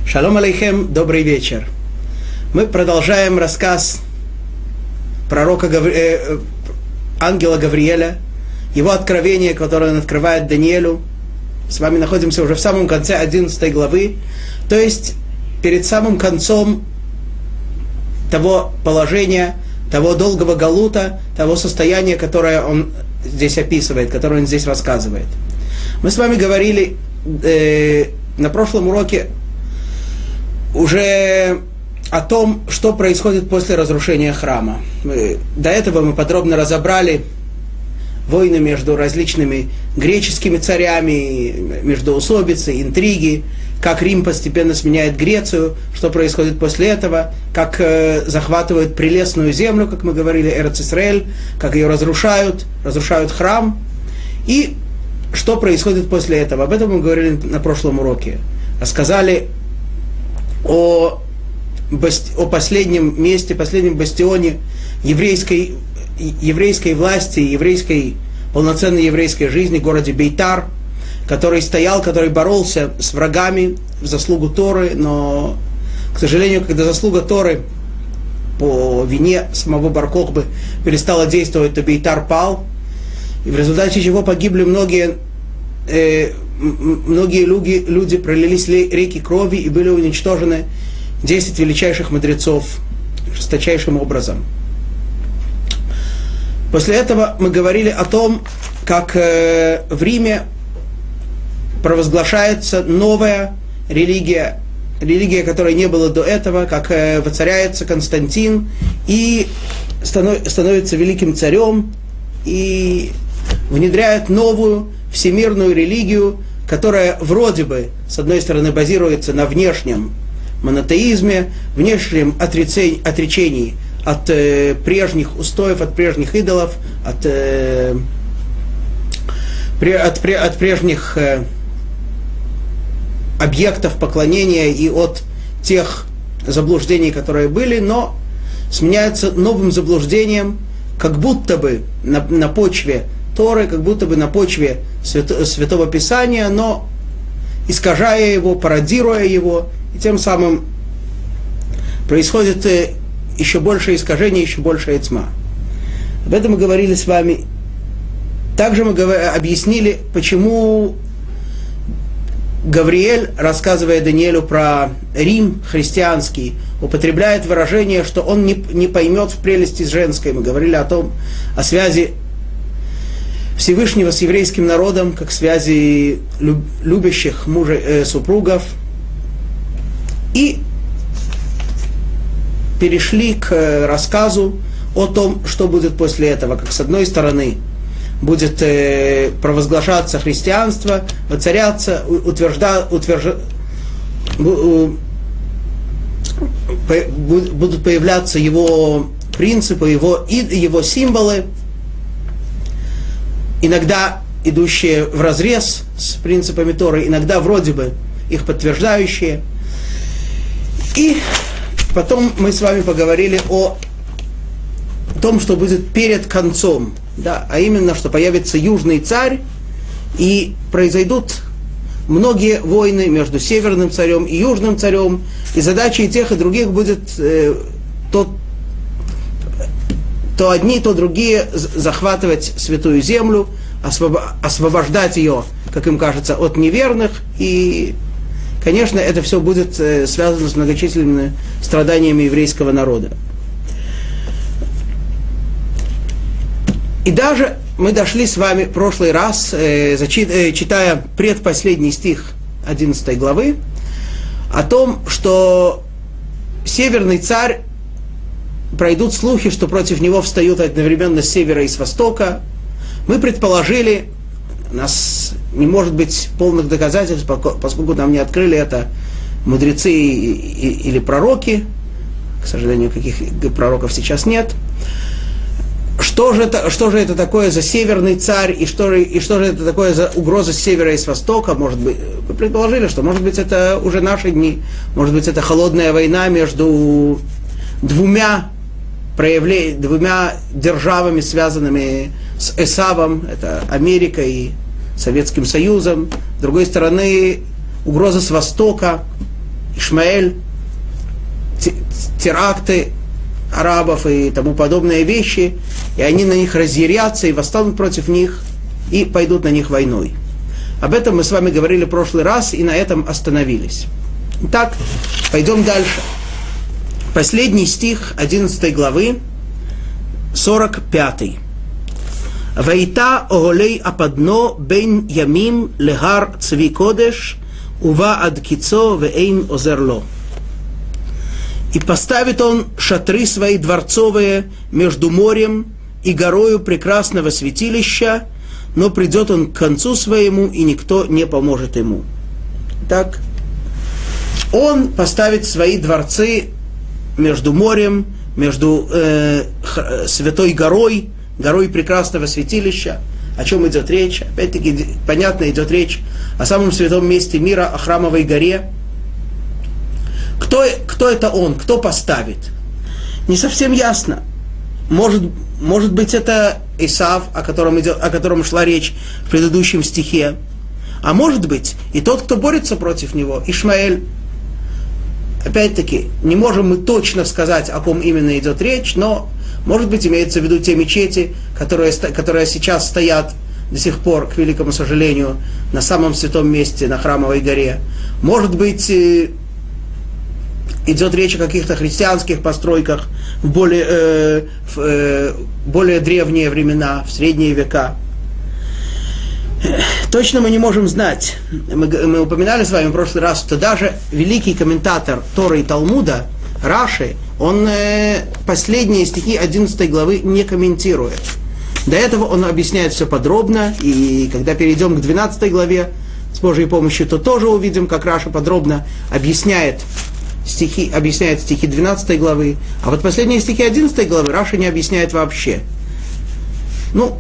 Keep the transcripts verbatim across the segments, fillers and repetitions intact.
Шалом алейхем, добрый вечер. Мы продолжаем рассказ пророка Гаври... э, ангела Гавриэля, его откровение, которое он открывает Даниэлю. С вами находимся уже в самом конце одиннадцатой главы, то есть перед самым концом того положения, того долгого галута, того состояния, которое он здесь описывает, которое он здесь рассказывает. Мы с вами говорили э, на прошлом уроке уже о том, что происходит после разрушения храма. Мы, до этого мы подробно разобрали войны между различными греческими царями, междоусобицы, интриги, как Рим постепенно сменяет Грецию, что происходит после этого, как э, захватывают прелестную землю, как мы говорили, Эрец-Исраэль, как ее разрушают, разрушают храм, и что происходит после этого. Об этом мы говорили на прошлом уроке. Рассказали о, басти, о последнем месте, последнем бастионе еврейской, еврейской власти, еврейской, полноценной еврейской жизни, городе Бейтар, который стоял, который боролся с врагами в заслугу Торы, но, к сожалению, когда заслуга Торы по вине самого Бар-Кохбы перестала действовать, то Бейтар пал, и в результате чего погибли многие, э, многие люди, люди, пролились реки крови и были уничтожены десять величайших мудрецов жесточайшим образом. После этого мы говорили о том, как э, в Риме провозглашается новая религия, религия, которой не было до этого, как э, воцаряется Константин и станов, становится великим царем и внедряет новую всемирную религию, которая вроде бы, с одной стороны, базируется на внешнем монотеизме, внешнем отрицении, отречении от э, прежних устоев, от прежних идолов, от, э, пре, от, пре, от прежних э, объектов поклонения и от тех заблуждений, которые были, но сменяется новым заблуждением, как будто бы на, на почве Торы, как будто бы на почве Свято, Святого Писания, но искажая его, пародируя его, и тем самым происходит еще больше искажений, еще больше тьма. Об этом мы говорили с вами. Также мы объяснили, почему Гавриэль, рассказывая Даниэлю про Рим христианский, употребляет выражение, что он не, не поймет в прелести женской. Мы говорили о том, о связи Всевышнего с еврейским народом, как связи любящих мужа, э, супругов. И перешли к рассказу о том, что будет после этого. Как с одной стороны будет э, провозглашаться христианство, воцаряться, утвержда, утвержда, у, по, будут появляться его принципы, его, его символы, иногда идущие вразрез с принципами Торы, иногда вроде бы их подтверждающие. И потом мы с вами поговорили о том, что будет перед концом, да, а именно, что появится южный царь, и произойдут многие войны между северным царем и южным царем, и задачей тех и других будет э, то, то одни, то другие захватывать святую землю, освобождать ее, как им кажется, от неверных, и, конечно, это все будет э, связано с многочисленными страданиями еврейского народа. И даже мы дошли с вами в прошлый раз, э, зачит, э, читая предпоследний стих одиннадцатой главы, о том, что северный царь, пройдут слухи, что против него встают одновременно с севера и с востока. Мы предположили, у нас не может быть полных доказательств, поскольку нам не открыли это мудрецы или пророки, к сожалению, каких пророков сейчас нет. Что же это, что же это такое за северный царь, и что, и что же это такое за угроза с севера и с востока? Может быть, мы предположили, что, может быть, это уже наши дни, может быть, это холодная война между двумя проявле... двумя державами, связанными с Эсавом, это Америка и Советским Союзом. С другой стороны, угроза с востока, Ишмаэль, теракты арабов и тому подобные вещи, и они на них разъярятся и восстанут против них, и пойдут на них войной. Об этом мы с вами говорили в прошлый раз, и на этом остановились. Итак, пойдем дальше. Последний стих одиннадцатой главы, сорок пятый. «Ваита оголей ападно бейн ямим легар цви кодеш, ува ад кицо вейн озерло». «И поставит он шатры свои дворцовые между морем и горою прекрасного святилища, но придет он к концу своему, и никто не поможет ему». Так, он поставит свои дворцы между морем, между э, святой горой, горой прекрасного святилища. О чем идет речь? Опять-таки, понятно, идет речь о самом святом месте мира, о храмовой горе. Кто, кто это он? Кто поставит? Не совсем ясно. Может, может быть, это Исав, о котором, идет, о котором шла речь в предыдущем стихе. А может быть, и тот, кто борется против него, Ишмаэль. Опять-таки, не можем мы точно сказать, о ком именно идет речь, но, может быть, имеется в виду те мечети, которые, которые сейчас стоят до сих пор, к великому сожалению, на самом святом месте, на Храмовой горе. Может быть, идет речь о каких-то христианских постройках в более, э, в, э, более древние времена, в средние века. Точно мы не можем знать. Мы, мы упоминали с вами в прошлый раз, что даже великий комментатор Торы и Талмуда, Раши, он э, последние стихи одиннадцатой главы не комментирует. До этого он объясняет все подробно, и когда перейдем к двенадцатой главе, с Божьей помощью, то тоже увидим, как Раша подробно объясняет стихи, объясняет стихи двенадцатой главы, а вот последние стихи одиннадцатой главы Раша не объясняет вообще. Ну,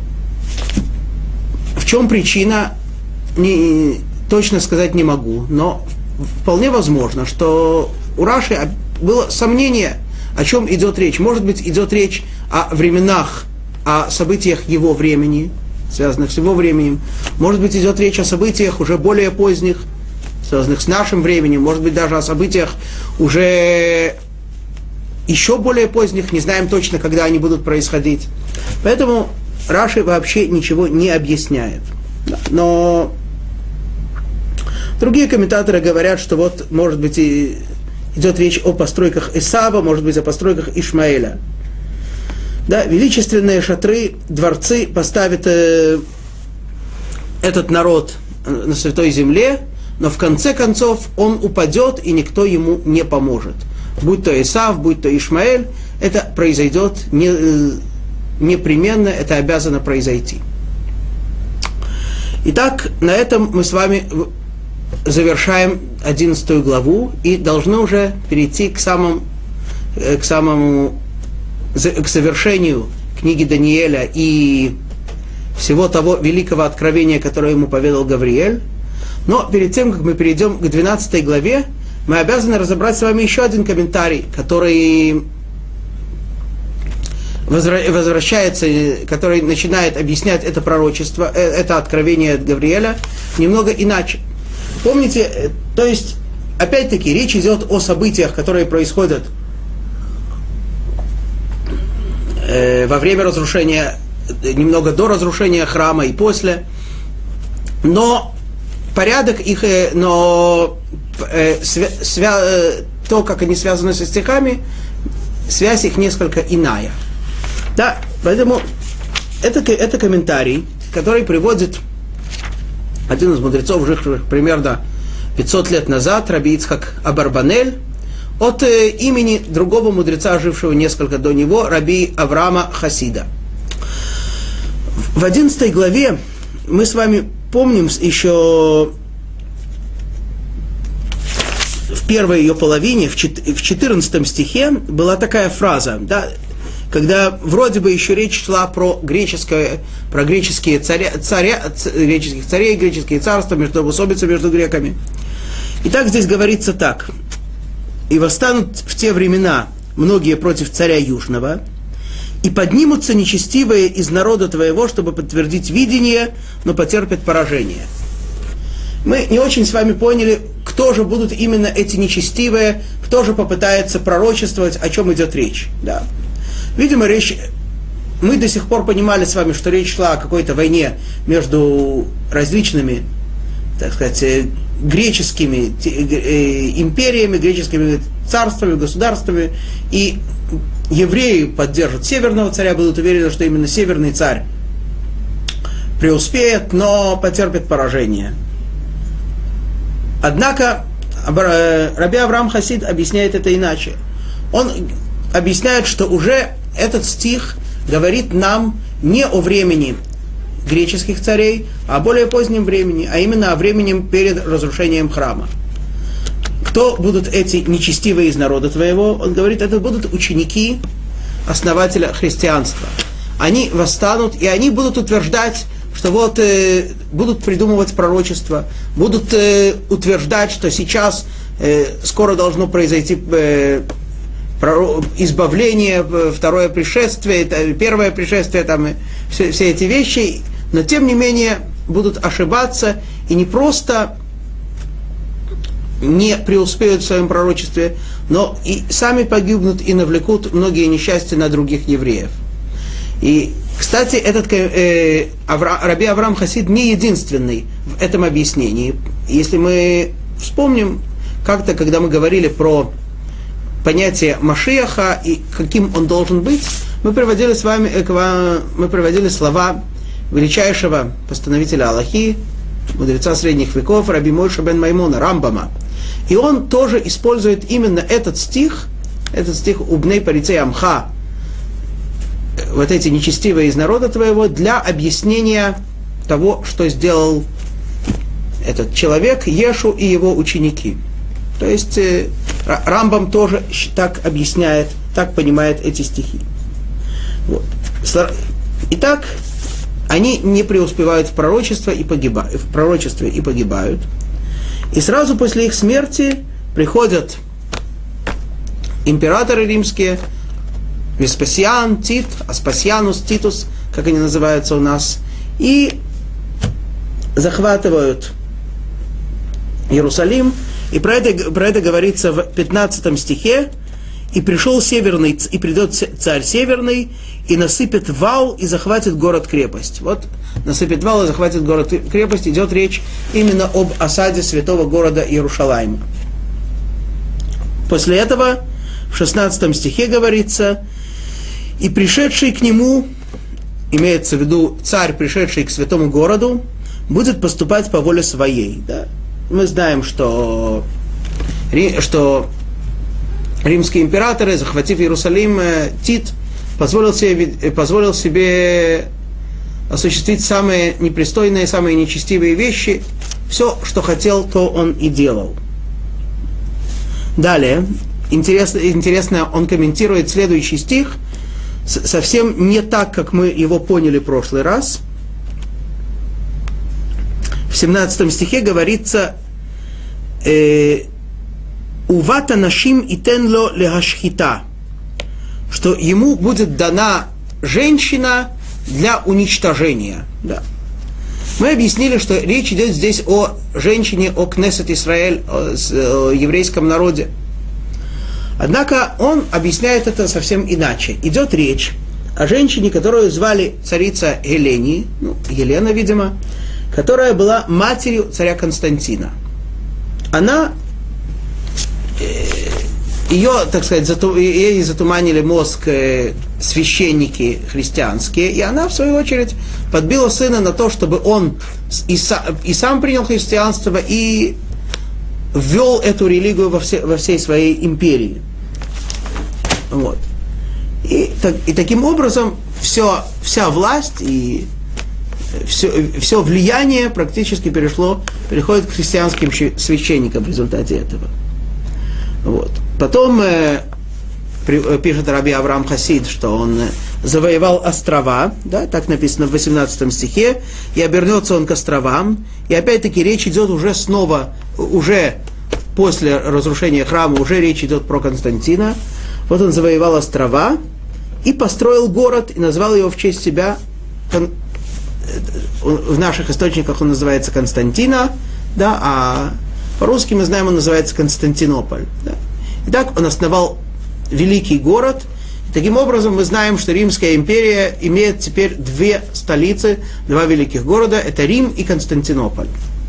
в чем причина, не, точно сказать не могу, но вполне возможно, что у Раши было сомнение, о чем идет речь. Может быть, идет речь о временах, о событиях его времени, связанных с его временем. Может быть, идет речь о событиях уже более поздних, связанных с нашим временем. Может быть, даже о событиях уже еще более поздних. Не знаем точно, когда они будут происходить. Поэтому Раши вообще ничего не объясняет. Но другие комментаторы говорят, что вот, может быть, и идет речь о постройках Исава, может быть, о постройках Ишмаэля. Да, величественные шатры, дворцы поставит э, этот народ на святой земле, но в конце концов он упадет, и никто ему не поможет. Будь то Исав, будь то Ишмаэль, это произойдет не, э, непременно, это обязано произойти. Итак, на этом мы с вами завершаем одиннадцатую главу и должны уже перейти к самому, к самому к завершению книги Даниэля и всего того великого откровения, которое ему поведал Гавриэль. Но перед тем, как мы перейдем к двенадцатой главе, мы обязаны разобрать с вами еще один комментарий, который возвращается, который начинает объяснять это пророчество, это откровение от Гавриэля немного иначе. Помните, то есть, опять-таки, речь идет о событиях, которые происходят э, во время разрушения, немного до разрушения храма и после, но порядок их, э, но э, свя, свя, э, то, как они связаны со стихами, связь их несколько иная. Да, поэтому это, это комментарий, который приводит один из мудрецов, живших примерно пятьсот лет назад, Раби Ицхак Абарбанель, от э, имени другого мудреца, жившего несколько до него, Раби Авраама Хасида. В одиннадцатой главе мы с вами помним еще в первой ее половине, в четырнадцатом стихе, была такая фраза, да, когда вроде бы еще речь шла про, греческое, про греческие царя, царя, греческих царей, греческие царства, между усобицы между греками. И так здесь говорится так. «И восстанут в те времена многие против царя Южного, и поднимутся нечестивые из народа твоего, чтобы подтвердить видение, но потерпят поражение». Мы не очень с вами поняли, кто же будут именно эти нечестивые, кто же попытается пророчествовать, о чем идет речь. Да. Видимо, речь... Мы до сих пор понимали с вами, что речь шла о какой-то войне между различными, так сказать, греческими империями, греческими царствами, государствами, и евреи поддержат северного царя, будут уверены, что именно северный царь преуспеет, но потерпит поражение. Однако Раби Авраам Хасид объясняет это иначе. Он объясняет, что уже этот стих говорит нам не о времени греческих царей, а о более позднем времени, а именно о времени перед разрушением храма. Кто будут эти нечестивые из народа твоего? Он говорит, это будут ученики основателя христианства. Они восстанут, и они будут утверждать, что вот э, будут придумывать пророчества, будут э, утверждать, что сейчас э, скоро должно произойти э, избавление, второе пришествие, первое пришествие, там, все, все эти вещи, но тем не менее будут ошибаться и не просто не преуспеют в своем пророчестве, но и сами погибнут и навлекут многие несчастья на других евреев. И, кстати, этот э, Авра, Раби Авраам Хасид не единственный в этом объяснении. Если мы вспомним, как-то, когда мы говорили про понятие Машиаха и каким он должен быть, мы приводили с вами мы приводили слова величайшего постановителя Аллахи, мудреца средних веков, Раби Мойше бен Маймона, Рамбама. И он тоже использует именно этот стих, этот стих «Убней парицей амха», вот эти нечестивые из народа твоего, для объяснения того, что сделал этот человек, Ешу и его ученики. То есть Рамбам тоже так объясняет, так понимает эти стихи. Вот. Итак, они не преуспевают в пророчестве и погибают, в пророчестве и погибают. И сразу после их смерти приходят императоры римские, Веспасиан, Тит, Аспасианус, Титус, как они называются у нас, и захватывают Иерусалим. И про это, про это говорится в пятнадцатом стихе. «И пришел северный, и придет царь северный, и насыпет вал, и захватит город-крепость». Вот насыпет вал и захватит город-крепость. Идет речь именно об осаде святого города Иерушалайма. После этого в шестнадцатом стихе говорится: «И пришедший к нему», имеется в виду царь, пришедший к святому городу, будет поступать по воле своей». Да? Мы знаем, что, что римские императоры, захватив Иерусалим, Тит позволил себе, позволил себе осуществить самые непристойные, самые нечестивые вещи. Все, что хотел, то он и делал. Далее, интересно, интересно он комментирует следующий стих, совсем не так, как мы его поняли в прошлый раз. В семнадцатом стихе говорится: «Увата нашим итенло лехашхита», что ему будет дана женщина для уничтожения. Да. Мы объяснили, что речь идет здесь о женщине, о Кнессет Исраэль, о, о еврейском народе. Однако он объясняет это совсем иначе. Идет речь о женщине, которую звали царица Елении, ну, Елена, видимо, которая была матерью царя Константина. Она, э, ее, так сказать, зату, ей затуманили мозг э, священники христианские, и она, в свою очередь, подбила сына на то, чтобы он и, са, и сам принял христианство, и ввел эту религию во, все, во всей своей империи. Вот. И, так, и таким образом все, вся власть и все, все влияние практически перешло, переходит к христианским священникам в результате этого. Вот. Потом э, при, пишет Раби Авраам Хасид, что он завоевал острова, да, так написано в восемнадцатом стихе, и обернется он к островам. И опять-таки речь идет уже снова, уже после разрушения храма, уже речь идет про Константина. Вот он завоевал острова и построил город, и назвал его в честь себя. В наших источниках он называется Константина, да, а По-русски мы знаем, он называется Константинополь. Да? Итак, он основал великий город. Таким образом, мы знаем, что Римская империя имеет теперь две столицы, два великих города. Это Рим и Константинополь.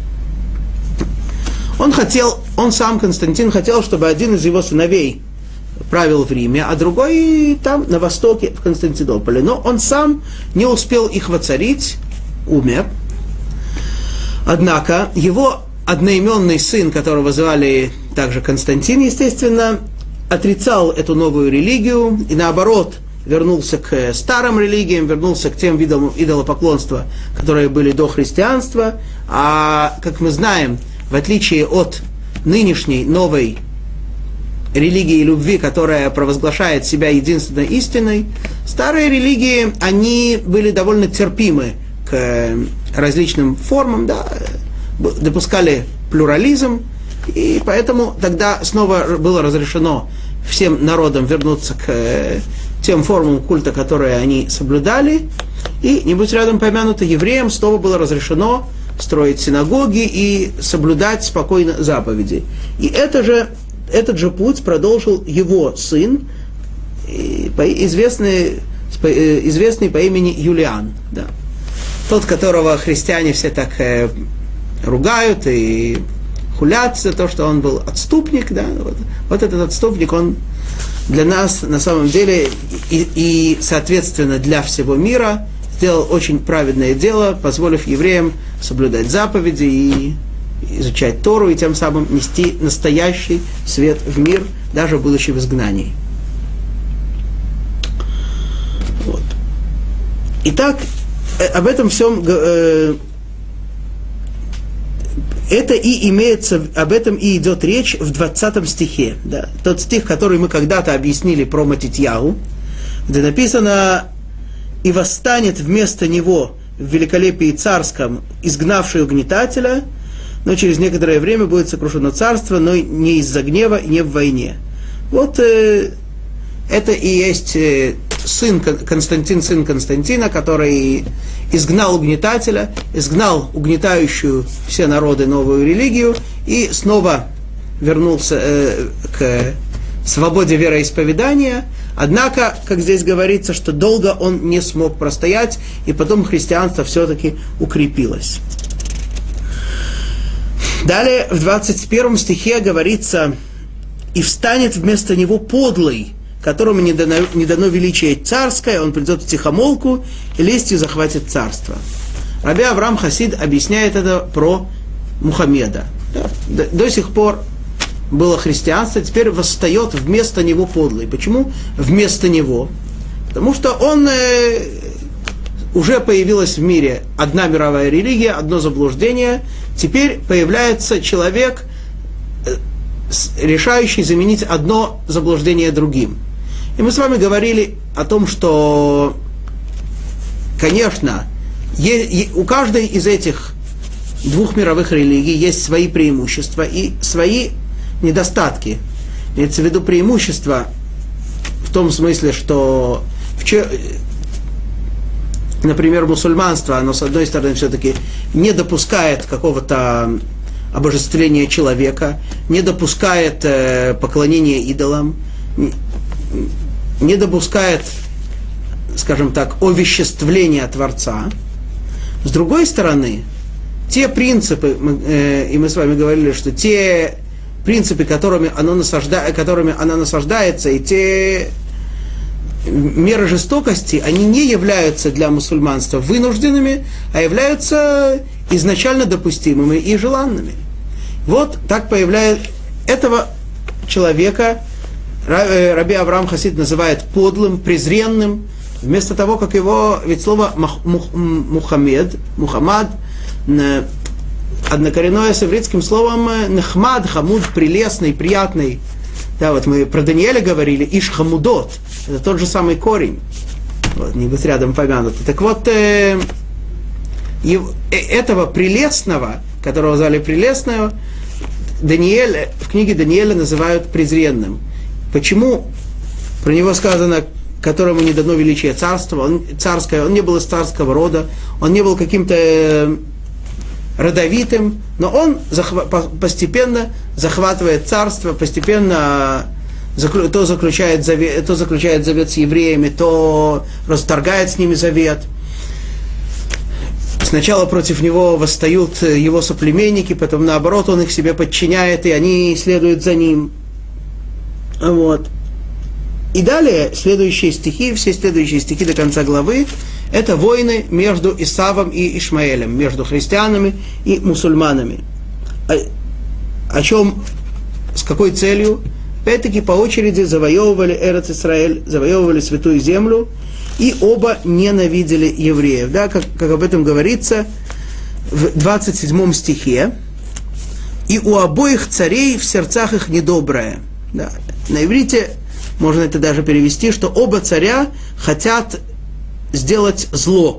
Он хотел, он сам, Константин, хотел, чтобы один из его сыновей правил в Риме, а другой там, на востоке, в Константинополе. Но он сам не успел их воцарить, умер. Однако его одноименный сын, которого звали также Константин, естественно, отрицал эту новую религию и, наоборот, вернулся к старым религиям, вернулся к тем видам идолопоклонства, которые были до христианства. А, как мы знаем, в отличие от нынешней новой религии любви, которая провозглашает себя единственной истиной, старые религии, они были довольно терпимы к различным формам, да, допускали плюрализм, и поэтому тогда снова было разрешено всем народам вернуться к тем формам культа, которые они соблюдали, и, не будь рядом помянуто, евреям снова было разрешено строить синагоги и соблюдать спокойно заповеди. И это же, этот же путь продолжил его сын, известный, известный по имени Юлиан. Да. Тот, которого христиане все так э, ругают и хулят за то, что он был отступник. Да. Вот, вот этот отступник, он для нас на самом деле и, и соответственно для всего мира сделал очень праведное дело, позволив евреям соблюдать заповеди и изучать Тору, и тем самым нести настоящий свет в мир, даже будучи в изгнании. Вот. Итак, об этом всем э, это и имеется, об этом и идет речь в двадцатом стихе. Да? Тот стих, который мы когда-то объяснили про Матитьяу, где написано: «И восстанет вместо него в великолепии царском изгнавший угнетателя, но через некоторое время будет сокрушено царство, но не из-за гнева и не в войне». Вот э, это и есть э, сын Константин, сын Константина, который изгнал угнетателя, изгнал угнетающую все народы новую религию и снова вернулся э, к свободе вероисповедания. Однако, как здесь говорится, что долго он не смог простоять, и потом христианство все-таки укрепилось. Далее, в двадцать первом стихе говорится: «И встанет вместо него подлый, которому не дано, не дано величие царское, он придет в тихомолку и лестью захватит царство». Раби Авраам Хасид объясняет это про Мухаммеда. Да, до, до сих пор было христианство, теперь восстает вместо него подлый. Почему вместо него? Потому что он э, уже появилась в мире одна мировая религия, одно заблуждение. Теперь появляется человек, э, решающий заменить одно заблуждение другим. И мы с вами говорили о том, что, конечно, е, е, у каждой из этих двух мировых религий есть свои преимущества и свои недостатки. Имеется в виду преимущества в том смысле, что, в, например, мусульманство, оно, с одной стороны, все-таки не допускает какого-то обожествления человека, не допускает э, поклонения идолам, не, не допускает, скажем так, овеществления Творца. С другой стороны, те принципы, мы, э, и мы с вами говорили, что те принципы, которыми оно насажда, которыми она насаждается, и те меры жестокости, они не являются для мусульманства вынужденными, а являются изначально допустимыми и желанными. Вот так появляется этого человека, Раби Авраам Хасид называет подлым, презренным, вместо того, как его, ведь слово Мухаммед, Мухаммад, однокоренное с ивритским словом нахмад, хамуд, прелестный, приятный. Да, вот мы про Даниэля говорили, иш хамудот, это тот же самый корень. Вот, не быть рядом помянутый. Так вот, э, его, э, этого прелестного, которого звали прелестного, Даниэль, в книге Даниэля называют презренным. Почему? Про него сказано, которому не дано величие царства, он, царское, он не был из царского рода, он не был каким-то э, родовитым, но он захва- постепенно захватывает царство, постепенно заклю- то заключает завет, то заключает завет с евреями, то расторгает с ними завет. Сначала против него восстают его соплеменники, потом наоборот он их себе подчиняет, и они следуют за ним. Вот. И далее следующие стихи, все следующие стихи до конца главы, это войны между Исавом и Ишмаэлем, между христианами и мусульманами. О, о чем, с какой целью? Опять-таки по очереди завоевывали Эрец Исраэль, завоевывали Святую Землю, и оба ненавидели евреев. Да, как, как об этом говорится в двадцать седьмом стихе. «И у обоих царей в сердцах их недоброе». Да. На иврите можно это даже перевести, что оба царя хотят сделать зло.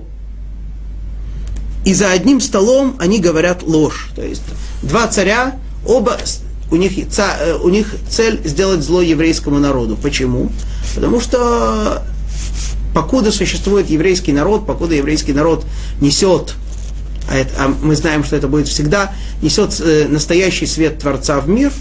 И за одним столом они говорят ложь. То есть два царя, оба, у них, у них цель сделать зло еврейскому народу. Почему? Потому что покуда существует еврейский народ, покуда еврейский народ несет, а, это, а мы знаем, что это будет всегда, несет настоящий свет Творца в мир,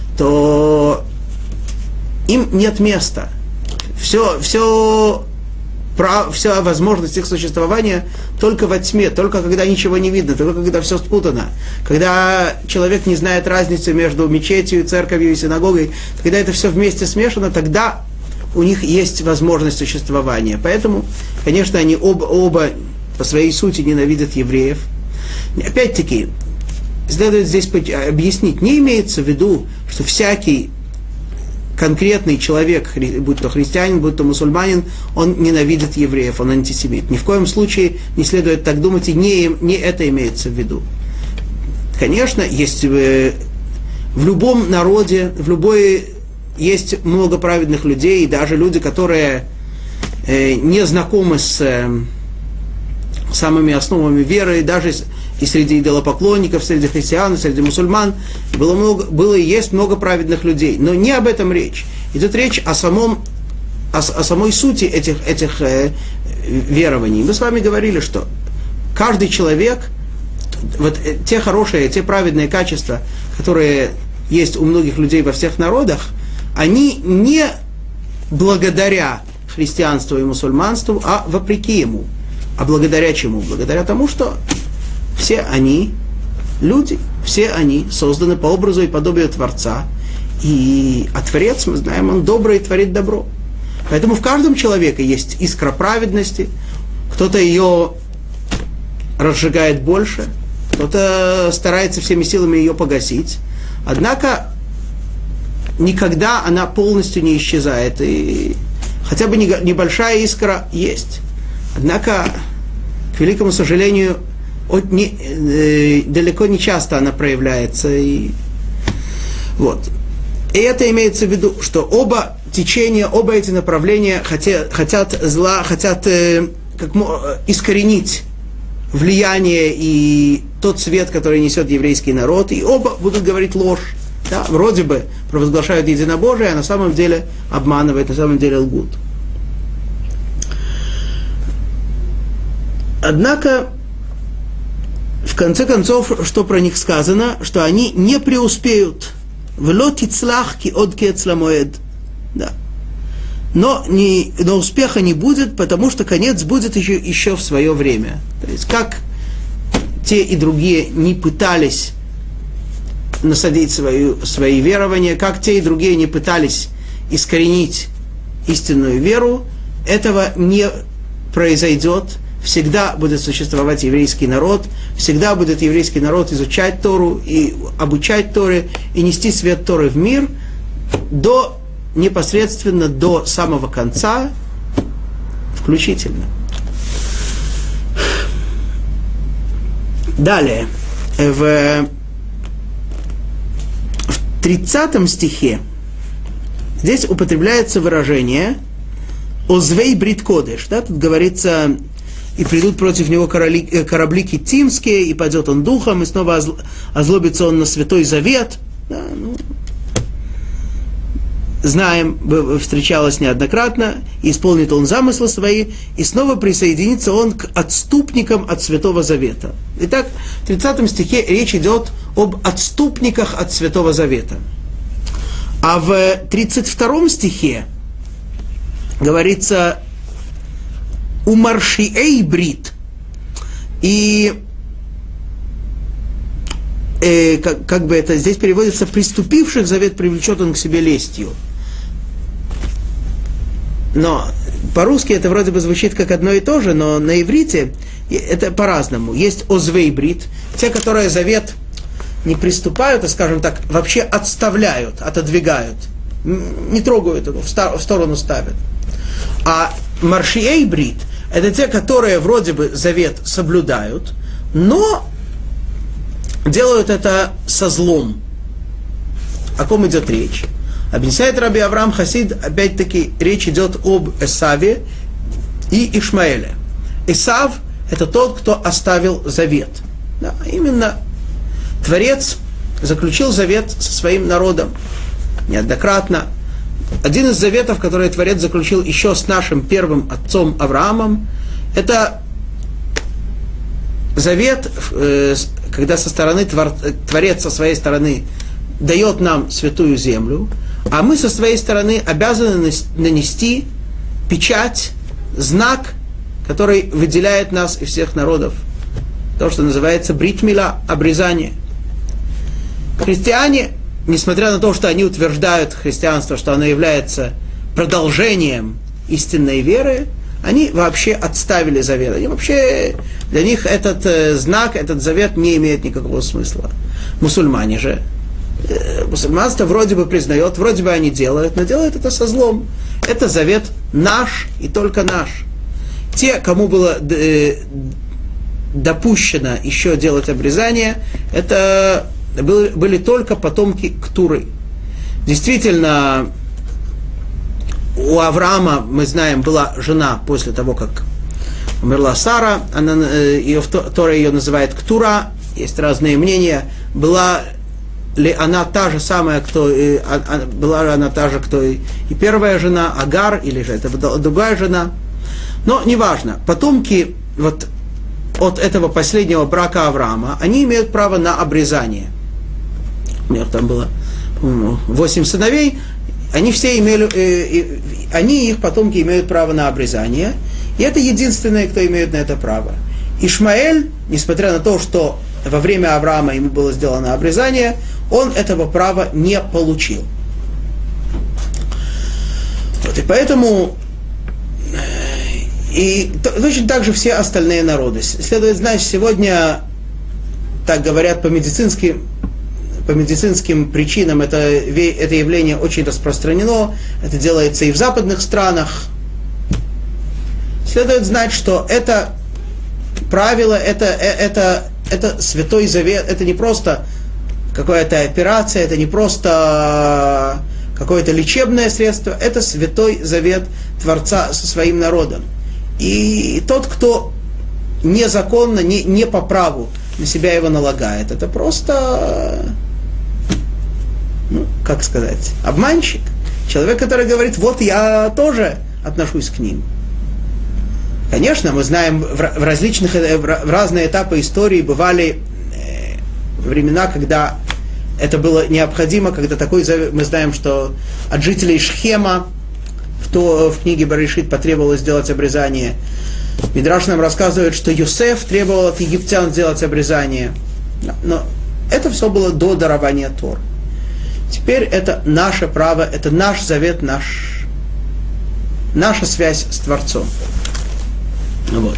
то им нет места. Все, все, про, вся возможность их существования только во тьме, только когда ничего не видно, только когда все спутано. Когда человек не знает разницы между мечетью, церковью и синагогой, когда это все вместе смешано, тогда у них есть возможность существования. Поэтому, конечно, они оба, оба по своей сути ненавидят евреев. Опять-таки, следует здесь объяснить, не имеется в виду, что всякий конкретный человек, будь то христианин, будь то мусульманин, он ненавидит евреев, он антисемит. Ни в коем случае не следует так думать, и не, не это имеется в виду. Конечно, есть в, в любом народе, в любой, есть много праведных людей, и даже люди, которые э, не знакомы с э, самыми основами веры, даже и среди идолопоклонников, среди христиан, среди мусульман, было, много, было и есть много праведных людей. Но не об этом речь. Идет речь о, самом, о, о самой сути этих, этих э, верований. Мы с вами говорили, что каждый человек, вот э, те хорошие, те праведные качества, которые есть у многих людей во всех народах, они не благодаря христианству и мусульманству, а вопреки ему. А благодаря чему? Благодаря тому, что все они люди, все они созданы по образу и подобию Творца. И а Творец, мы знаем, он добрый и творит добро. Поэтому в каждом человеке есть искра праведности. Кто-то ее разжигает больше, кто-то старается всеми силами ее погасить. Однако никогда она полностью не исчезает. И хотя бы небольшая искра есть. Однако, к великому сожалению, от не, э, далеко не часто она проявляется. И, вот. И это имеется в виду, что оба течения, оба эти направления хотят, хотят зла, хотят э, как, искоренить влияние и тот свет, который несет еврейский народ, и оба будут говорить ложь. Да? Вроде бы провозглашают единобожие, а на самом деле обманывают, на самом деле лгут. Однако, в конце концов, что про них сказано, что они не преуспеют. «Вло тицлах ки од кец ламоэд». Да. Но, не, но успеха не будет, потому что конец будет еще, еще в свое время. То есть, как те и другие не пытались насадить свою, свои верования, как те и другие не пытались искоренить истинную веру, этого не произойдет. Всегда будет существовать еврейский народ, всегда будет еврейский народ изучать Тору и обучать Торе, и нести свет Торы в мир до, непосредственно до самого конца включительно. Далее, в, в тридцатом стихе здесь употребляется выражение «Озвей брит кодеш». Да, тут говорится: и придут против него короли, корабли китимские, и падет он духом, и снова озлобится он на Святой Завет. Да, ну. знаем, встречалось неоднократно, и исполнит он замыслы свои, и снова присоединится он к отступникам от Святого Завета. Итак, в тридцатом стихе речь идет об отступниках от Святого Завета. А в тридцать втором стихе говорится «умаршиэй брит». И э, как, как бы это здесь переводится «приступивших завет привлечет он к себе лестью». Но по-русски это вроде бы звучит как одно и то же, но на иврите это по-разному. Есть озвей брит, те, которые завет не приступают, а, скажем так, вообще отставляют, отодвигают, не трогают его, в сторону ставят. А маршиэй брит — это те, которые вроде бы завет соблюдают, но делают это со злом. О ком идет речь? Объясняет Раби Авраам Хасид, опять-таки, речь идет об Эсаве и Ишмаэле. Эсав – это тот, кто оставил завет. Да, именно Творец заключил завет со своим народом неоднократно. Один из заветов, который Творец заключил еще с нашим первым отцом Авраамом, это завет, когда со стороны Творец со своей стороны дает нам святую землю, а мы со своей стороны обязаны нанести печать, знак, который выделяет нас из всех народов. То, что называется брит мила, обрезание. Христиане, несмотря на то, что они утверждают христианство, что оно является продолжением истинной веры, они вообще отставили завет. Они вообще, для них этот э, знак, этот завет не имеет никакого смысла. Мусульмане же, э, мусульманство вроде бы признает, вроде бы они делают, но делают это со злом. Это завет наш и только наш. Те, кому было э, допущено еще делать обрезание, это были, были только потомки Ктуры. Действительно, у Авраама, мы знаем, была жена после того, как умерла Сара, она, ее, Тора ее называет Ктура, есть разные мнения, была ли она та же самая, кто, была ли она та же, кто и, и первая жена, Агар, или же это другая жена, но неважно, потомки вот от этого последнего брака Авраама, они имеют право на обрезание. У них там было, по-моему, восемь сыновей, они все имели, э, э, они и их потомки имеют право на обрезание, и это единственные, кто имеет на это право. Ишмаэль, несмотря на то, что во время Авраама ему было сделано обрезание, он этого права не получил. Вот, и поэтому и точно так же все остальные народы. Следует знать, сегодня, так говорят по медицинским По медицинским причинам это, это явление очень распространено. Это делается и в западных странах. Следует знать, что это правило, это, это, это святой завет, это не просто какая-то операция, это не просто какое-то лечебное средство, это святой завет Творца со своим народом. И тот, кто незаконно, не, не по праву на себя его налагает, это просто... Ну, как сказать, обманщик. Человек, который говорит, вот я тоже отношусь к ним. Конечно, мы знаем, в различных, в разные этапы истории бывали времена, когда это было необходимо, когда такой, мы знаем, что от жителей Шхема в, то, в книге Барешит потребовалось сделать обрезание. Мидраш нам рассказывает, что Йосеф требовал от египтян сделать обрезание. Но это все было до дарования Торы. Теперь это наше право, это наш завет, наш, наша связь с Творцом. Вот.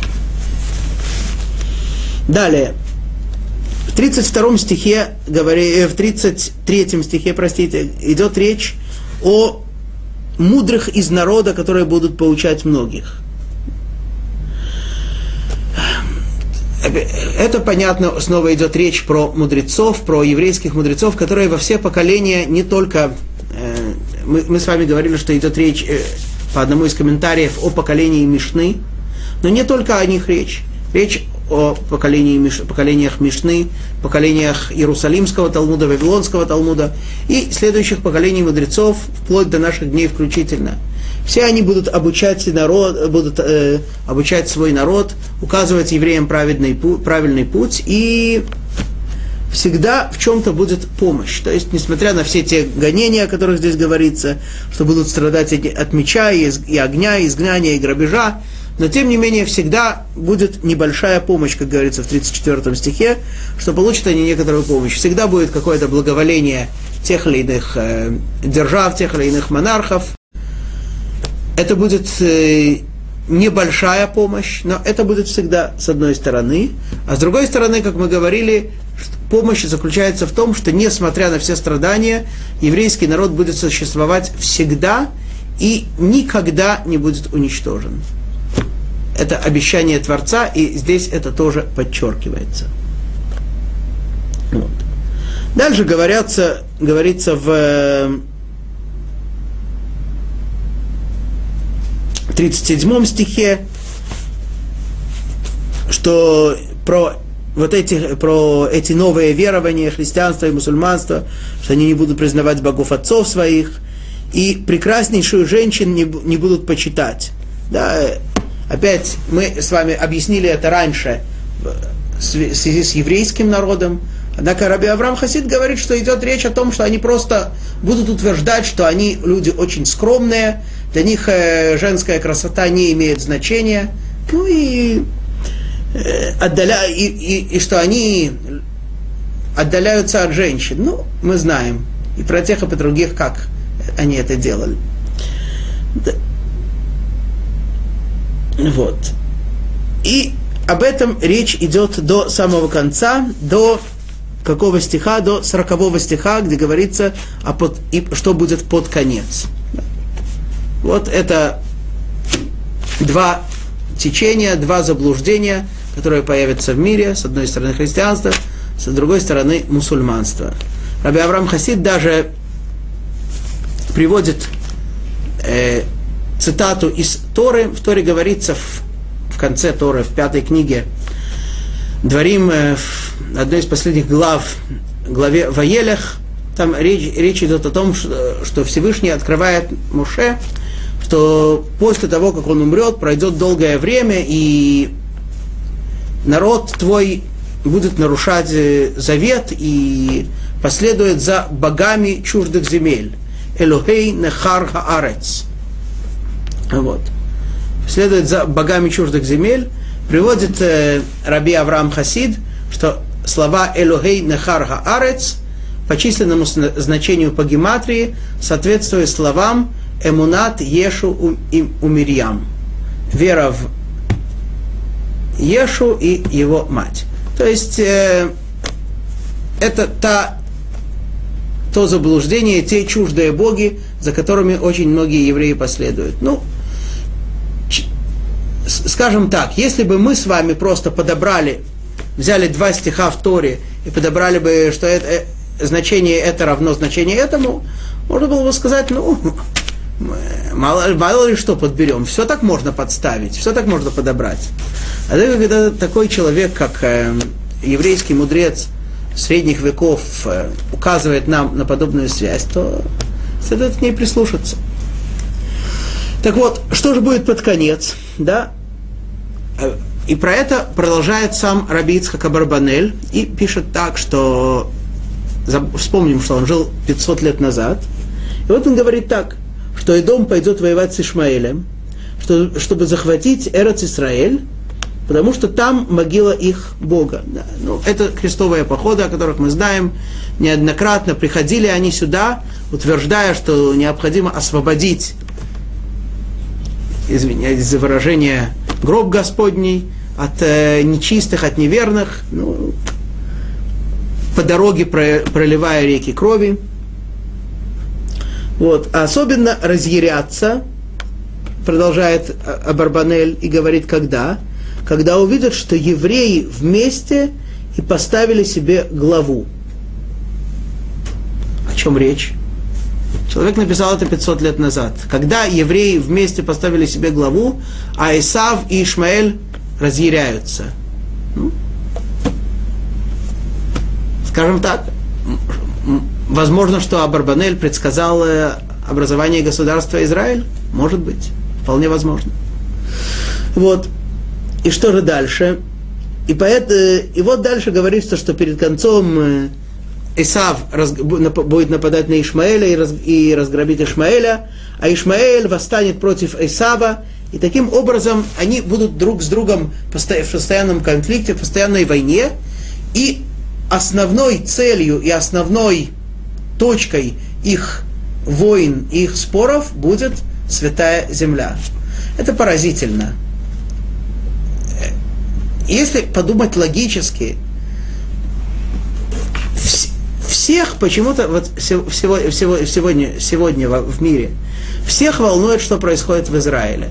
Далее. В тридцать втором стихе, в тридцать третьем стихе, простите, идет речь о мудрых из народа, которые будут поучать многих. Это, понятно, снова идет речь про мудрецов, про еврейских мудрецов, которые во все поколения не только... Э, мы, мы с вами говорили, что идет речь э, по одному из комментариев о поколении Мишны, но не только о них речь. Речь о поколении, поколениях Мишны, поколениях Иерусалимского Талмуда, Вавилонского Талмуда и следующих поколений мудрецов, вплоть до наших дней включительно. Все они будут обучать, народ, будут, э, обучать свой народ, указывать евреям правильный, правильный путь, и всегда в чем-то будет помощь. То есть, несмотря на все те гонения, о которых здесь говорится, что будут страдать от меча, и, и огня, и изгнания, и грабежа, но тем не менее всегда будет небольшая помощь, как говорится в тридцать четвёртом стихе, что получат они некоторую помощь. Всегда будет какое-то благоволение тех или иных э, держав, тех или иных монархов. Это будет э, небольшая помощь, но это будет всегда с одной стороны. А с другой стороны, как мы говорили, помощь заключается в том, что несмотря на все страдания, еврейский народ будет существовать всегда и никогда не будет уничтожен. Это обещание Творца, и здесь это тоже подчеркивается. Вот. Дальше говорятся, говорится в тридцать седьмом стихе, что про вот эти, про эти новые верования, христианство и мусульманство, что они не будут признавать богов отцов своих, и прекраснейшую женщин не, не будут почитать. Да, опять мы с вами объяснили это раньше в связи с еврейским народом. Однако Раби Авраам Хасид говорит, что идет речь о том, что они просто будут утверждать, что они люди очень скромные, для них женская красота не имеет значения, ну и, отдаля... и, и, и что они отдаляются от женщин. Ну, мы знаем и про тех, и про других, как они это делали. Да. Вот. И об этом речь идет до самого конца, до какого стиха? До сорокового стиха, где говорится, о под, и что будет под конец. Вот это два течения, два заблуждения, которые появятся в мире. С одной стороны христианство, с другой стороны мусульманство. Раби Авраам Хасид даже приводит э, цитату из Торы. В Торе говорится в, в конце Торы, в пятой книге Дворим, э, в одной из последних глав, главе Ваелях, там речь, речь идет о том, что, что Всевышний открывает Моше, что после того, как он умрет, пройдет долгое время, и народ твой будет нарушать завет и последует за богами чуждых земель. Элохей нехар хаарец. Вот. Следует за богами чуждых земель. Приводит э, Раби Авраам Хасид, что слова Элохей нехар хаарец по численному значению по гематрии соответствуют словам Эмунат Ешу и Умирьям. Вера в Ешу и его мать. То есть э, это та, то заблуждение, те чуждые боги, за которыми очень многие евреи последуют. Ну, ч- скажем так, если бы мы с вами просто подобрали, взяли два стиха в Торе и подобрали бы, что это, э, значение это равно значению этому, можно было бы сказать, ну, Мало, мало ли что подберем, все так можно подставить, все так можно подобрать. А когда такой человек, как э, еврейский мудрец средних веков, э, указывает нам на подобную связь, то следует к ней прислушаться. Так вот, что же будет под конец, да? И про это продолжает сам Раби Ицхак Абарбанель и пишет так, что вспомним, что он жил пятьсот лет назад, и вот он говорит так, что Эдом пойдет воевать с Ишмаэлем, что, чтобы захватить Эрец Исраэль, потому что там могила их Бога. Да. Ну, это крестовые походы, о которых мы знаем. Неоднократно приходили они сюда, утверждая, что необходимо освободить, извиняюсь за выражение, гроб Господний от э, нечистых, от неверных, ну, по дороге про, проливая реки крови. Вот. А особенно разъярятся, продолжает Абарбанель и говорит, когда? Когда увидят, что евреи вместе и поставили себе главу. О чем речь? Человек написал это пятьсот лет назад. Когда евреи вместе поставили себе главу, а Исав и Ишмаэль разъяряются. Ну, скажем так, возможно, что Абарбанель предсказал образование государства Израиль. Может быть. Вполне возможно. Вот. И что же дальше? И, поэт, и вот дальше говорится, что перед концом Исав раз, будет нападать на Ишмаэля и, раз, и разграбить Ишмаэля, а Ишмаэль восстанет против Исава, и таким образом они будут друг с другом в постоянном конфликте, в постоянной войне, и основной целью и основной точкой их войн, их споров будет Святая Земля. Это поразительно. Если подумать логически, всех почему-то вот всего, всего, сегодня, сегодня в мире всех волнует, что происходит в Израиле.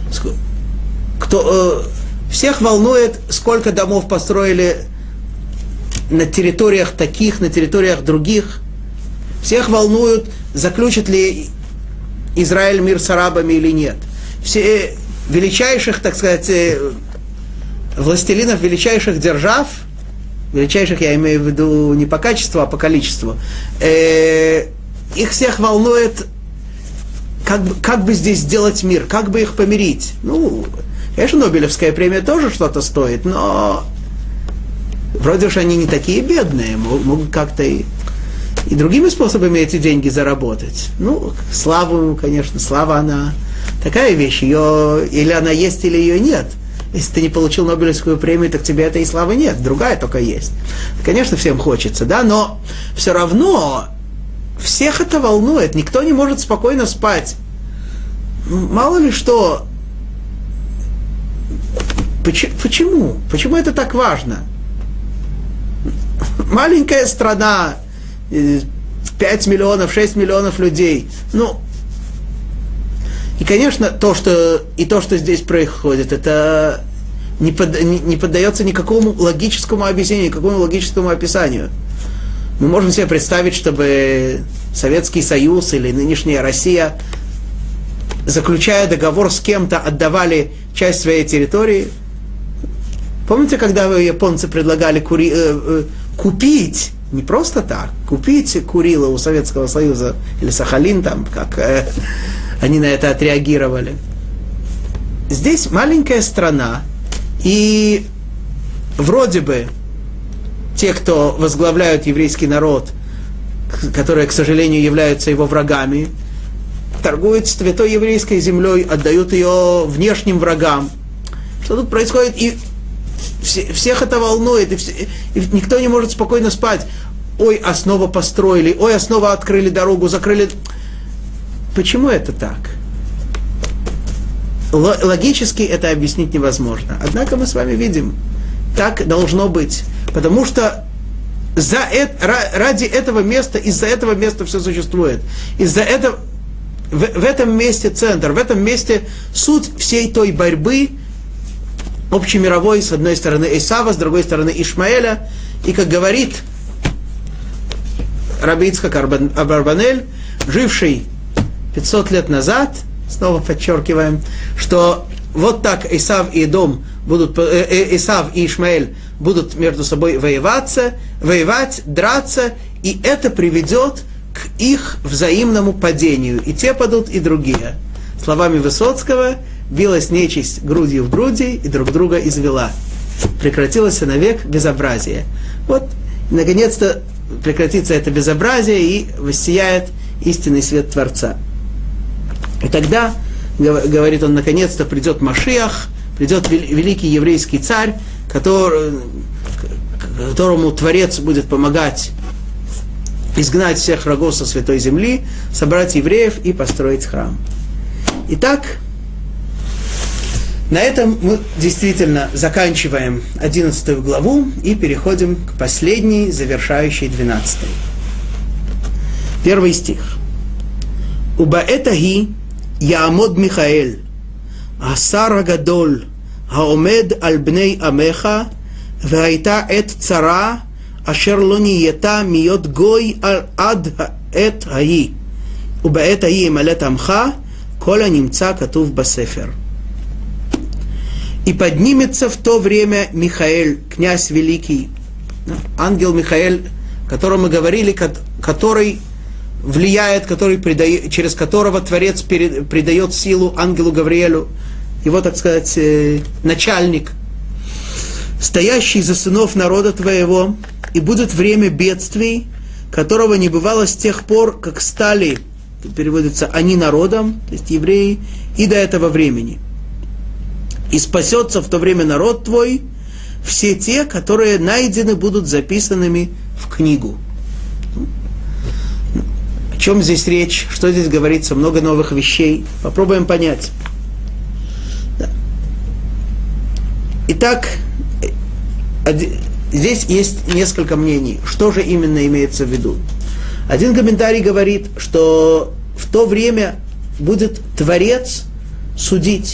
Кто, э, всех волнует, сколько домов построили на территориях таких, на территориях других. Всех волнует, заключит ли Израиль мир с арабами или нет. Все величайших, так сказать, властелинов величайших держав, величайших я имею в виду не по качеству, а по количеству, э, их всех волнует, как бы, как бы здесь сделать мир, как бы их помирить. Ну, конечно, Нобелевская премия тоже что-то стоит, но вроде уж они не такие бедные, могут как-то и, и другими способами эти деньги заработать. Ну, славу, конечно, слава она такая вещь, ее или она есть, или ее нет. Если ты не получил Нобелевскую премию, так тебе этой славы нет, другая только есть. Конечно, всем хочется, да, но все равно всех это волнует, никто не может спокойно спать. Мало ли что. Почему? Почему это так важно? Маленькая страна, пять миллионов, шесть миллионов людей. Ну, и, конечно, то, что, и то, что здесь происходит, это не, под, не, не поддается никакому логическому объяснению, никакому логическому описанию. Мы можем себе представить, чтобы Советский Союз или нынешняя Россия, заключая договор с кем-то, отдавали часть своей территории. Помните, когда японцы предлагали кури, э, э, купить, не просто так, купить Курилы у Советского Союза, или Сахалин там, как... Э, они на это отреагировали. Здесь маленькая страна, и вроде бы те, кто возглавляют еврейский народ, которые, к сожалению, являются его врагами, торгуют святой еврейской землей, отдают ее внешним врагам. Что тут происходит? И все, всех это волнует, и, все, и никто не может спокойно спать. Ой, а снова построили, ой, а снова открыли дорогу, закрыли... Почему это так? Логически это объяснить невозможно. Однако мы с вами видим, так должно быть. Потому что за это, ради этого места, из-за этого места все существует. Из-за этого, в, в этом месте центр, в этом месте суть всей той борьбы общемировой, с одной стороны Исава, с другой стороны Ишмаэля. И как говорит Раби Ицхак Абарбанель, живший пятьсот лет назад, снова подчеркиваем, что вот так Исав и Эдом будут, э, Исав и Ишмаэль будут между собой воеваться, воевать, драться, и это приведет к их взаимному падению. И те падут, и другие. Словами Высоцкого, билась нечисть грудью в груди и друг друга извела. Прекратилось навек безобразие. Вот, наконец-то прекратится это безобразие и воссияет истинный свет Творца. И тогда, говорит он, наконец-то придет Машиах, придет великий еврейский царь, который, которому Творец будет помогать изгнать всех врагов со святой земли, собрать евреев и построить храм. Итак, на этом мы действительно заканчиваем одиннадцатую главу и переходим к последней, завершающей двенадцатой. Первый стих. «Убаэтахи Яамод Михаэль, Асар Агадоль, Хаомед Аль Бней Амеха, Ваита Эт Цара, Ашер Лониета Миот Гой Ад Эт Хаи, Убаэтахи Ималет Амха, Коля Нимца Катув Басефер». «И поднимется в то время Михаэль, князь великий». Ангел Михаэль о котором мы говорили, который влияет, который придает, через которого Творец перед, придает силу ангелу Гавриэлю, его, так сказать, э, начальник, стоящий за сынов народа твоего, и будет время бедствий, которого не бывало с тех пор, как стали, тут переводится, они народом, то есть евреи, и до этого времени. И спасется в то время народ твой, все те, которые найдены будут записанными в книгу. О чем здесь речь? Что здесь говорится? Много новых вещей. Попробуем понять. Да. Итак, здесь есть несколько мнений. Что же именно имеется в виду? Один комментарий говорит, что в то время будет Творец судить,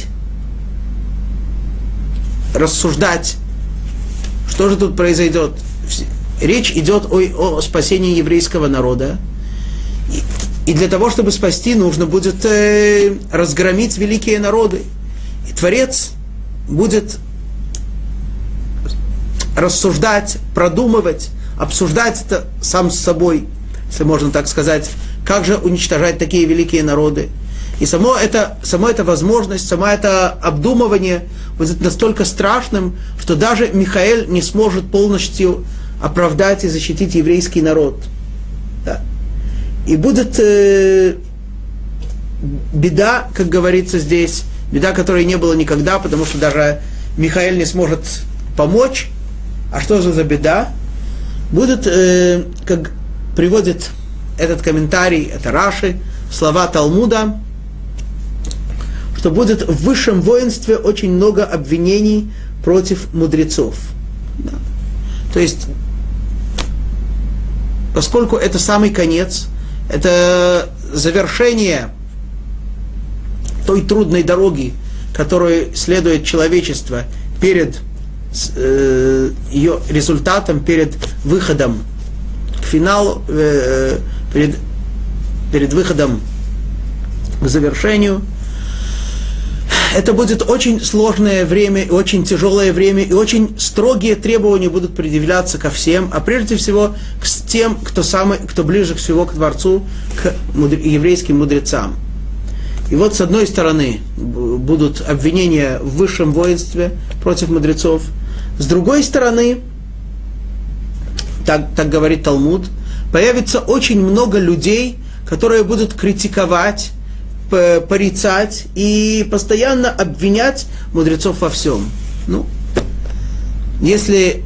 рассуждать, что же тут произойдет. Речь идет о, о спасении еврейского народа. И, и для того, чтобы спасти, нужно будет э, разгромить великие народы. И Творец будет рассуждать, продумывать, обсуждать это сам с собой, если можно так сказать, как же уничтожать такие великие народы. И само это, само это возможность, само это обдумывание будет настолько страшным, что даже Михаэль не сможет полностью оправдать и защитить еврейский народ. Да. И будет э, беда, как говорится здесь, беда, которой не было никогда, потому что даже Михаэль не сможет помочь. А что же за беда? Будет, э, как приводит этот комментарий, это Раши, слова Талмуда, что будет в высшем воинстве очень много обвинений против мудрецов. Да. То есть, поскольку это самый конец, это завершение той трудной дороги, которую следует человечество перед э, ее результатом, перед выходом к финалу, э, перед, перед выходом к завершению. Это будет очень сложное время, очень тяжелое время, и очень строгие требования будут предъявляться ко всем, а прежде всего к тем, кто, самый, кто ближе всего к Творцу, к мудр... еврейским мудрецам. И вот с одной стороны будут обвинения в высшем воинстве против мудрецов, с другой стороны, так, так говорит Талмуд, появится очень много людей, которые будут критиковать, порицать и постоянно обвинять мудрецов во всем. Ну, если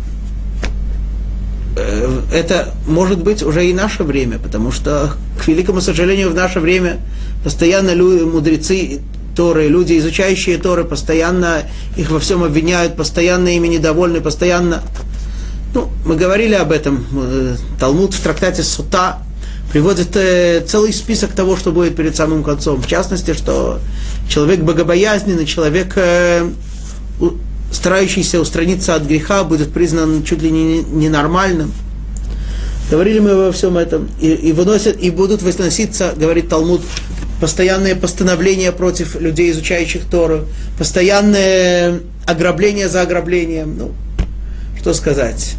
э, это может быть уже и наше время, потому что, к великому сожалению, в наше время постоянно люди, мудрецы Торы, люди, изучающие Торы, постоянно их во всем обвиняют, постоянно ими недовольны, постоянно... Ну, мы говорили об этом, Талмуд в трактате Сута приводит э, целый список того, что будет перед самым концом. В частности, что человек богобоязненный, человек, э, у, старающийся устраниться от греха, будет признан чуть ли не ненормальным. Говорили мы обо всем этом. И, и, выносят, и будут выноситься, говорит Талмуд, постоянные постановления против людей, изучающих Тору, постоянное ограбление за ограблением. Ну, что сказать?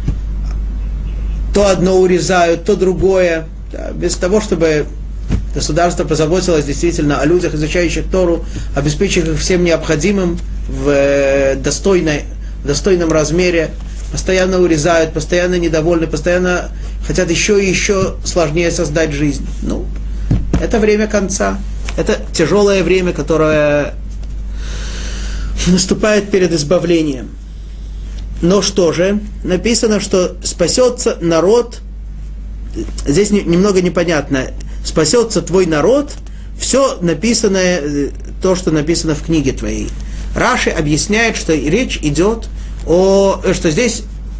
То одно урезают, то другое. Да, без того, чтобы государство позаботилось действительно о людях, изучающих Тору, обеспечив их всем необходимым в э, достойной, в достойном размере, постоянно урезают, постоянно недовольны, постоянно хотят еще и еще сложнее создать жизнь. Ну, это время конца. Это тяжелое время, которое наступает перед избавлением. Но что же? Написано, что спасется народ. Здесь немного непонятно. Спасется твой народ, все написанное, то, что написано в книге твоей. Раши объясняет, что речь идет о... что здесь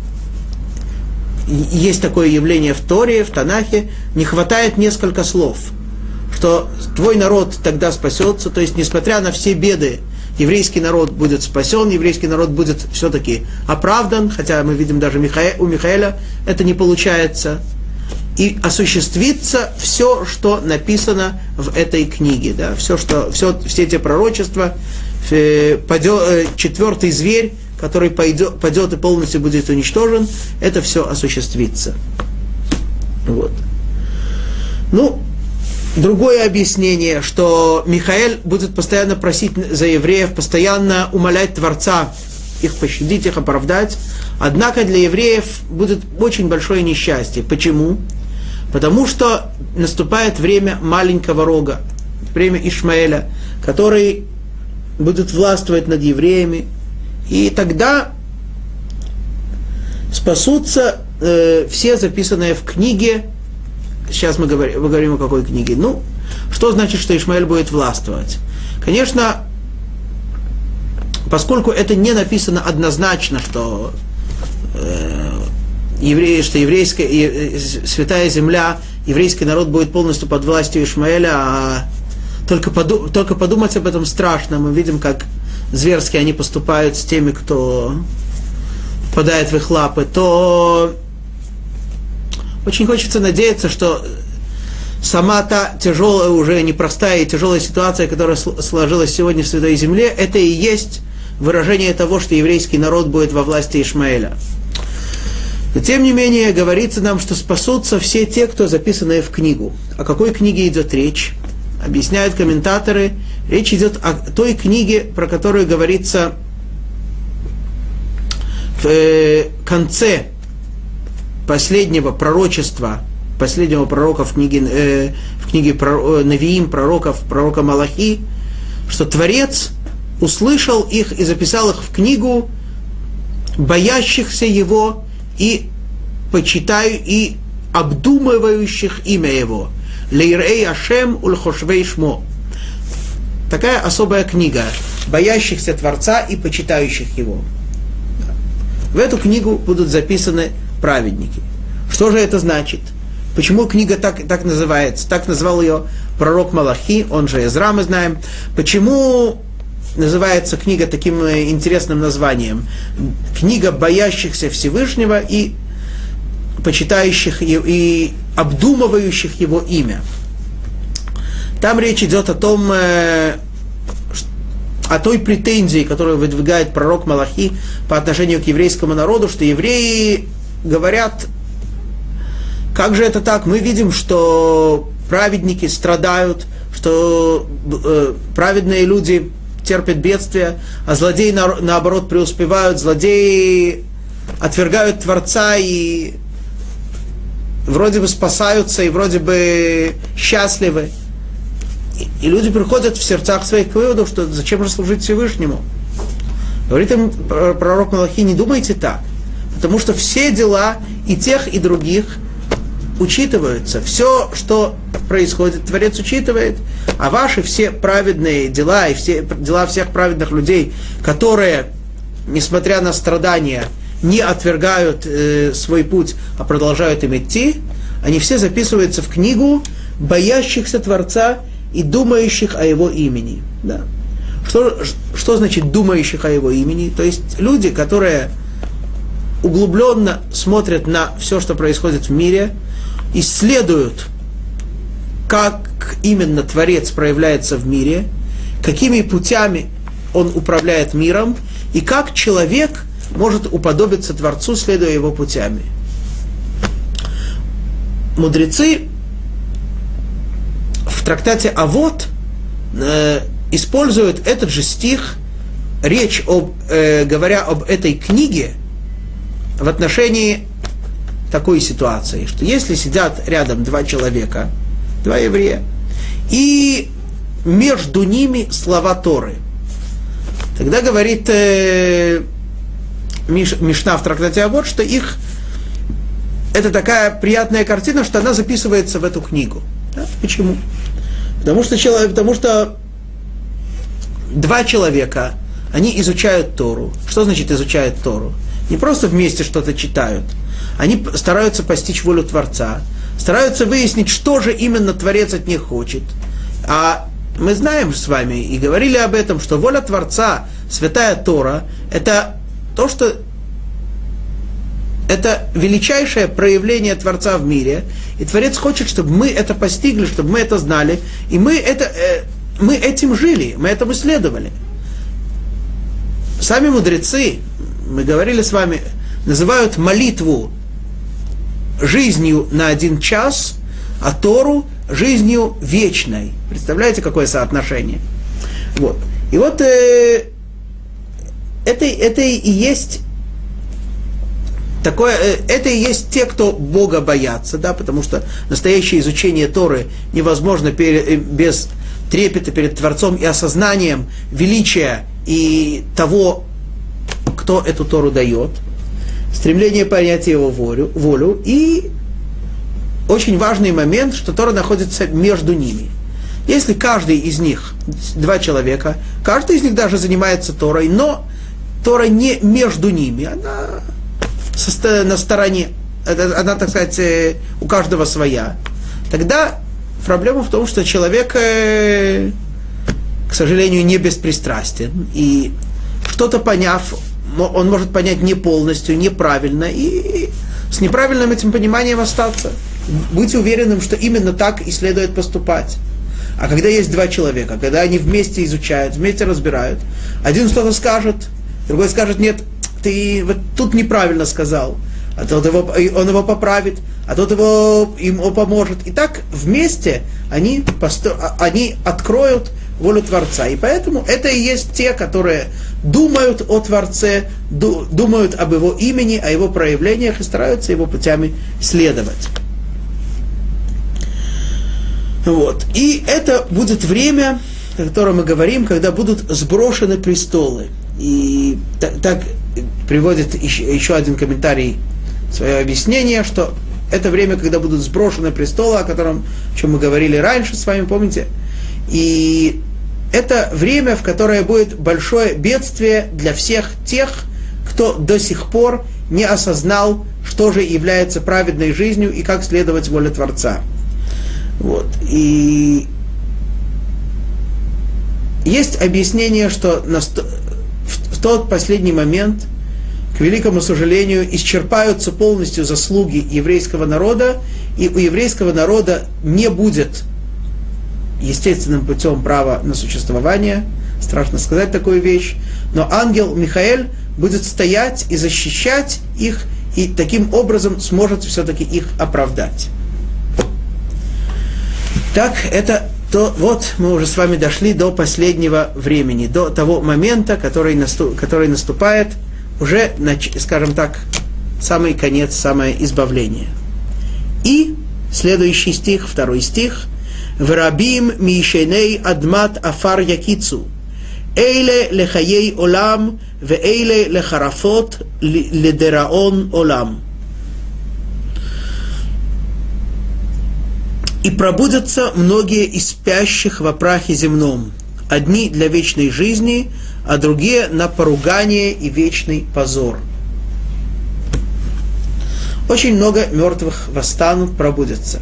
есть такое явление в Торе, в Танахе, не хватает несколько слов. Что твой народ тогда спасется, то есть, несмотря на все беды, еврейский народ будет спасен, еврейский народ будет все-таки оправдан, хотя мы видим даже у Михаэля это не получается. И осуществится все, что написано в этой книге. Да? Все, что, все, все эти пророчества, четвертый зверь, который пойдет, падет и полностью будет уничтожен, это все осуществится. Вот. Ну, другое объяснение, что Михаэль будет постоянно просить за евреев, постоянно умолять Творца их пощадить, их оправдать. Однако для евреев будет очень большое несчастье. Почему? Потому что наступает время маленького рога, время Ишмаэля, который будет властвовать над евреями. И тогда спасутся э, все записанные в книге. Сейчас мы говорим, мы говорим о какой книге. Ну, что значит, что Ишмаэль будет властвовать? Конечно, поскольку это не написано однозначно, что, э, евреи, что еврейская, э, святая земля, еврейский народ будет полностью под властью Ишмаэля, а только, поду, только подумать об этом страшно. Мы видим, как зверски они поступают с теми, кто попадает в их лапы, то очень хочется надеяться, что сама та тяжелая, уже непростая и тяжелая ситуация, которая сложилась сегодня в Святой Земле, это и есть выражение того, что еврейский народ будет во власти Ишмаэля. Но тем не менее, говорится нам, что спасутся все те, кто записаны в книгу. О какой книге идет речь? Объясняют комментаторы. Речь идет о той книге, про которую говорится в конце последнего пророчества, последнего пророка в книге, э, в книге про, э, Навиим, пророков, пророка Малахи, что Творец услышал их и записал их в книгу боящихся Его и почитаю и обдумывающих имя Его. Лейрей Ашем ульхошвей шмо. Такая особая книга, боящихся Творца и почитающих Его. В эту книгу будут записаны праведники. Что же это значит? Почему книга так, так называется? Так назвал ее пророк Малахи, он же Эзра, мы знаем. Почему называется книга таким интересным названием? Книга боящихся Всевышнего и почитающих и, и обдумывающих Его имя. Там речь идет о том, э, о той претензии, которую выдвигает пророк Малахи по отношению к еврейскому народу, что евреи говорят, как же это так? Мы видим, что праведники страдают, что э, праведные люди терпят бедствия, а злодеи на, наоборот преуспевают, злодеи отвергают Творца и вроде бы спасаются, и вроде бы счастливы. И, и люди приходят в сердцах своих к выводу, что зачем же служить Всевышнему? Говорит им пророк Малахи, не думайте так, потому что все дела и тех, и других учитываются. Все, что происходит, Творец учитывает, а ваши все праведные дела и все дела всех праведных людей, которые, несмотря на страдания, не отвергают э, свой путь, а продолжают им идти, они все записываются в книгу боящихся Творца и думающих о Его имени. Да. Что, что значит думающих о Его имени? То есть люди, которые углубленно смотрят на все, что происходит в мире, исследуют, как именно Творец проявляется в мире, какими путями Он управляет миром, и как человек может уподобиться Творцу, следуя Его путями. Мудрецы в трактате Авот э, используют этот же стих, речь об, э, говоря об этой книге, в отношении такой ситуации, что если сидят рядом два человека, два еврея, и между ними слова Торы, тогда говорит э, Миш, Мишна в трактате Авот, что их это такая приятная картина, что она записывается в эту книгу. Да? Почему? Потому что, человек, потому что два человека, они изучают Тору. Что значит изучают Тору? Не просто вместе что-то читают. Они стараются постичь волю Творца, стараются выяснить, что же именно Творец от них хочет. А мы знаем с вами и говорили об этом, что воля Творца, святая Тора, это то, что это величайшее проявление Творца в мире, и Творец хочет, чтобы мы это постигли, чтобы мы это знали, и мы, это, э, мы этим жили, мы этому следовали. Сами мудрецы, мы говорили с вами, называют молитву жизнью на один час, а Тору жизнью вечной. Представляете, какое соотношение? Вот. И вот э, это, это и есть такое, э, это и есть те, кто Бога боятся, да, потому что настоящее изучение Торы невозможно пере, без трепета перед Творцом и осознанием величия и того, кто эту Тору дает, стремление понять его волю, волю, и очень важный момент, что Тора находится между ними. Если каждый из них, два человека, каждый из них даже занимается Торой, но Тора не между ними, она со, на стороне, она, так сказать, у каждого своя, тогда проблема в том, что человек, к сожалению, не беспристрастен, и что-то поняв, он может понять не полностью, неправильно, и с неправильным этим пониманием остаться. Будьте уверенным, что именно так и следует поступать. А когда есть два человека, когда они вместе изучают, вместе разбирают, один что-то скажет, другой скажет: нет, ты вот тут неправильно сказал, а тот его, он его поправит, а тот его, ему поможет. И так вместе они, постро... они откроют волю Творца. И поэтому это и есть те, которые думают о Творце, думают об его имени, о его проявлениях и стараются его путями следовать. Вот. И это будет время, о котором мы говорим, когда будут сброшены престолы. И так, так приводит еще, еще один комментарий, свое объяснение, что это время, когда будут сброшены престолы, о котором, о чем мы говорили раньше с вами, помните? И это время, в которое будет большое бедствие для всех тех, кто до сих пор не осознал, что же является праведной жизнью и как следовать воле Творца. Вот. И есть объяснение, что в тот последний момент, к великому сожалению, исчерпаются полностью заслуги еврейского народа, и у еврейского народа не будет естественным путем права на существование. Страшно сказать такую вещь. Но ангел Михаэль будет стоять и защищать их, и таким образом сможет все-таки их оправдать. Так, это то, вот мы уже с вами дошли до последнего времени, до того момента, который, наступ, который наступает уже, скажем так, самый конец, самое избавление. И следующий стих, второй стих: «Врабим мишеней адмат афар якицу, эйле лехаей олам, веэйле лехарафот ледераон олам». «И пробудятся многие из спящих во прахе земном, одни для вечной жизни, а другие на поругание и вечный позор». Очень много мертвых восстанут, пробудятся.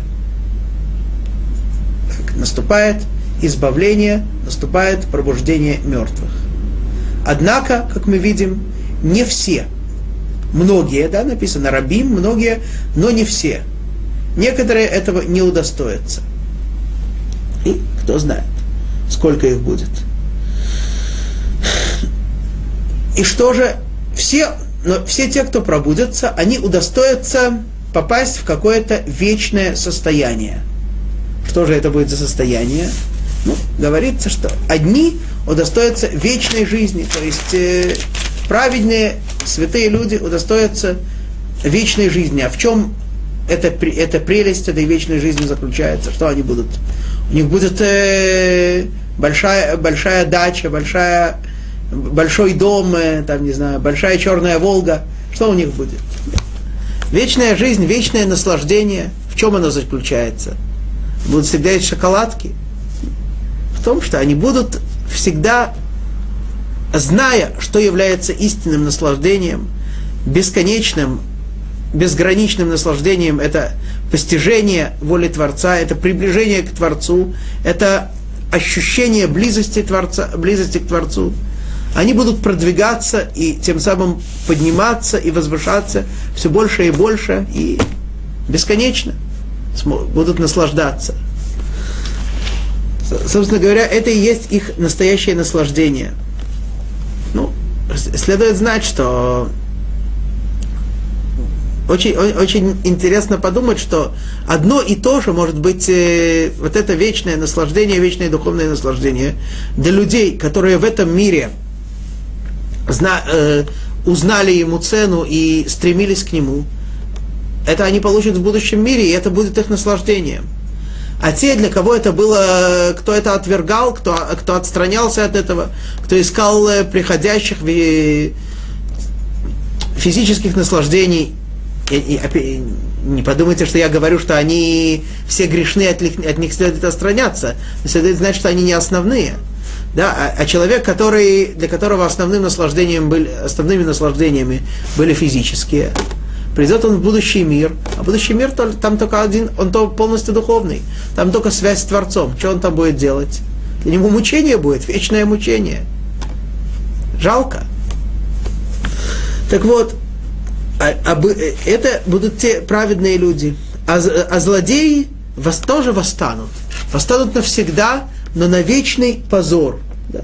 Так, наступает избавление, наступает пробуждение мертвых. Однако, как мы видим, не все. Многие, да, написано рабим, многие, но не все. Некоторые этого не удостоятся. И кто знает, сколько их будет. И что же, все, но все те, кто пробудятся, они удостоятся попасть в какое-то вечное состояние. Что же это будет за состояние? Ну, говорится, что одни удостоятся вечной жизни, то есть э, праведные, святые люди удостоятся вечной жизни. А в чем эта, эта прелесть этой вечной жизни заключается? Что они будут? У них будет э, большая, большая дача, большая, большой дом, э, там, не знаю, большая черная Волга. Что у них будет? Вечная жизнь, вечное наслаждение. В чем оно заключается? Будут всегда есть шоколадки? В том, что они будут всегда, зная, что является истинным наслаждением, бесконечным, безграничным наслаждением, это постижение воли Творца, это приближение к Творцу, это ощущение близости, Творца, близости к Творцу. Они будут продвигаться и тем самым подниматься и возвышаться все больше и больше и бесконечно будут наслаждаться. Собственно говоря, это и есть их настоящее наслаждение. Ну, следует знать, что очень, очень интересно подумать, что одно и то же может быть э, вот это вечное наслаждение, вечное духовное наслаждение для людей, которые в этом мире зна, э, узнали ему цену и стремились к нему. Это они получат в будущем мире, и это будет их наслаждением. А те, для кого это было, кто это отвергал, кто, кто отстранялся от этого, кто искал приходящих физических наслаждений, и, и, не подумайте, что я говорю, что они все грешны, от них, от них следует отстраняться. Следует знать, что они не основные. Да? А, а человек, который, для которого основным наслаждением были, основными наслаждениями были физические, придет он в будущий мир, а будущий мир там только один, он то полностью духовный, там только связь с Творцом. Что он там будет делать? Для него мучение будет, вечное мучение. Жалко. Так вот, а, а, это будут те праведные люди, а, а злодеи вас тоже восстанут. Восстанут навсегда, но на вечный позор. Да.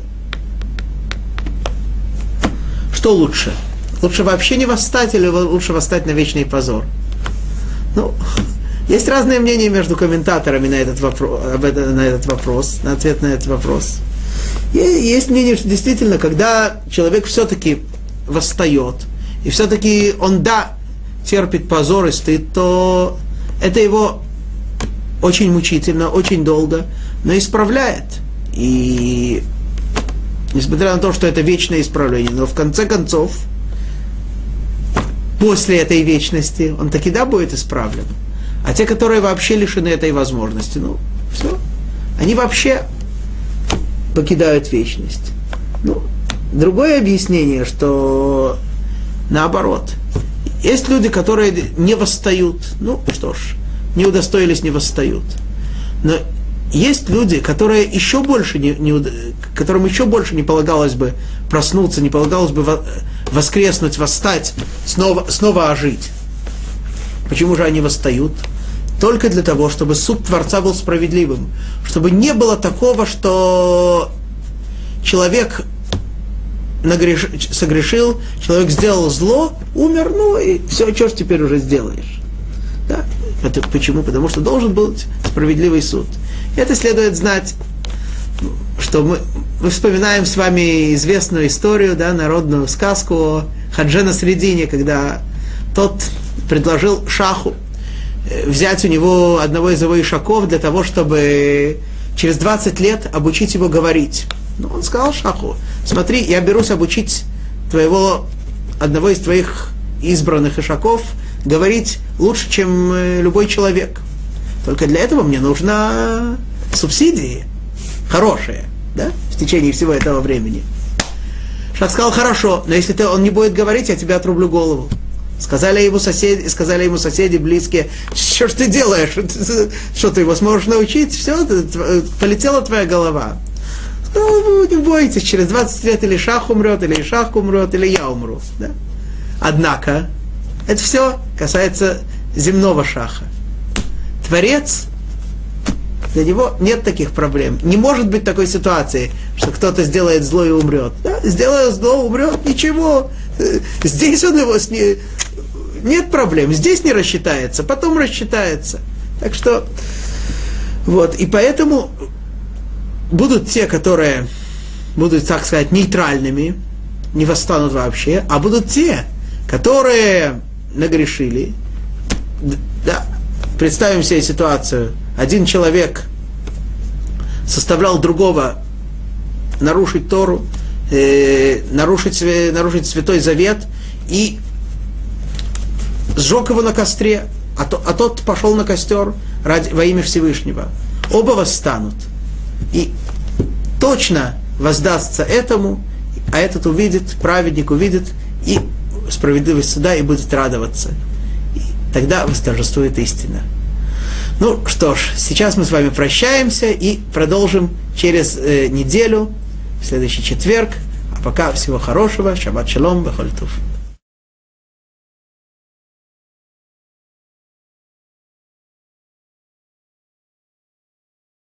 Что лучше? Лучше вообще не восстать или лучше восстать на вечный позор? Ну, есть разные мнения между комментаторами на этот вопрос, на этот вопрос, на ответ на этот вопрос. И есть мнение, что действительно, когда человек все-таки восстает, и все-таки он, да, терпит позор и стыд, то это его очень мучительно, очень долго, но исправляет. И несмотря на то, что это вечное исправление, но в конце концов, после этой вечности, он таки да будет исправлен. А те, которые вообще лишены этой возможности, ну, все, они вообще покидают вечность. Ну, другое объяснение, что наоборот. Есть люди, которые не восстают. Ну, что ж, не удостоились, не восстают. Но есть люди, которые еще больше не, не, которым еще больше не полагалось бы проснуться, не полагалось бы воскреснуть, восстать, снова, снова ожить. Почему же они восстают? Только для того, чтобы суд Творца был справедливым. Чтобы не было такого, что человек нагреш... согрешил, человек сделал зло, умер, ну и все, что ж теперь уже сделаешь. Да? Это почему? Потому что должен был быть справедливый суд. И это следует знать, что мы, мы вспоминаем с вами известную историю, да, народную сказку о Хадже на Средине, когда тот предложил Шаху взять у него одного из его ишаков для того, чтобы через двадцать лет обучить его говорить. Ну, он сказал Шаху: смотри, я берусь обучить твоего, одного из твоих избранных ишаков говорить лучше, чем любой человек. Только для этого мне нужны субсидии хорошие, да, в течение всего этого времени. Шах сказал: хорошо, но если ты, он не будет говорить, я тебе отрублю голову. Сказали ему соседи, сказали ему соседи близкие: что ж ты делаешь? Что ты его сможешь научить? Все, полетела твоя голова. Ну, не бойтесь, через двадцать лет или Шах умрет, или Шах умрет, или я умру. Да? Однако, это все касается земного Шаха. Творец, для него нет таких проблем. Не может быть такой ситуации, что кто-то сделает зло и умрет. Да? Сделает зло, умрет, ничего. Здесь он его с не... нет проблем. Здесь не рассчитается, потом рассчитается. Так что, вот, и поэтому будут те, которые будут, так сказать, нейтральными, не восстанут вообще, а будут те, которые нагрешили. Да, представим себе ситуацию. Один человек составлял другого нарушить Тору, э, нарушить, нарушить Святой Завет и сжег его на костре, а, то, а тот пошел на костер ради, во имя Всевышнего. Оба восстанут. И точно воздастся этому, а этот увидит, праведник увидит, и справедливость суда, и будет радоваться. И тогда восторжествует истина. Ну что ж, сейчас мы с вами прощаемся и продолжим через э, неделю, в следующий четверг. А пока всего хорошего. Шаббат шалом, бехоль тув.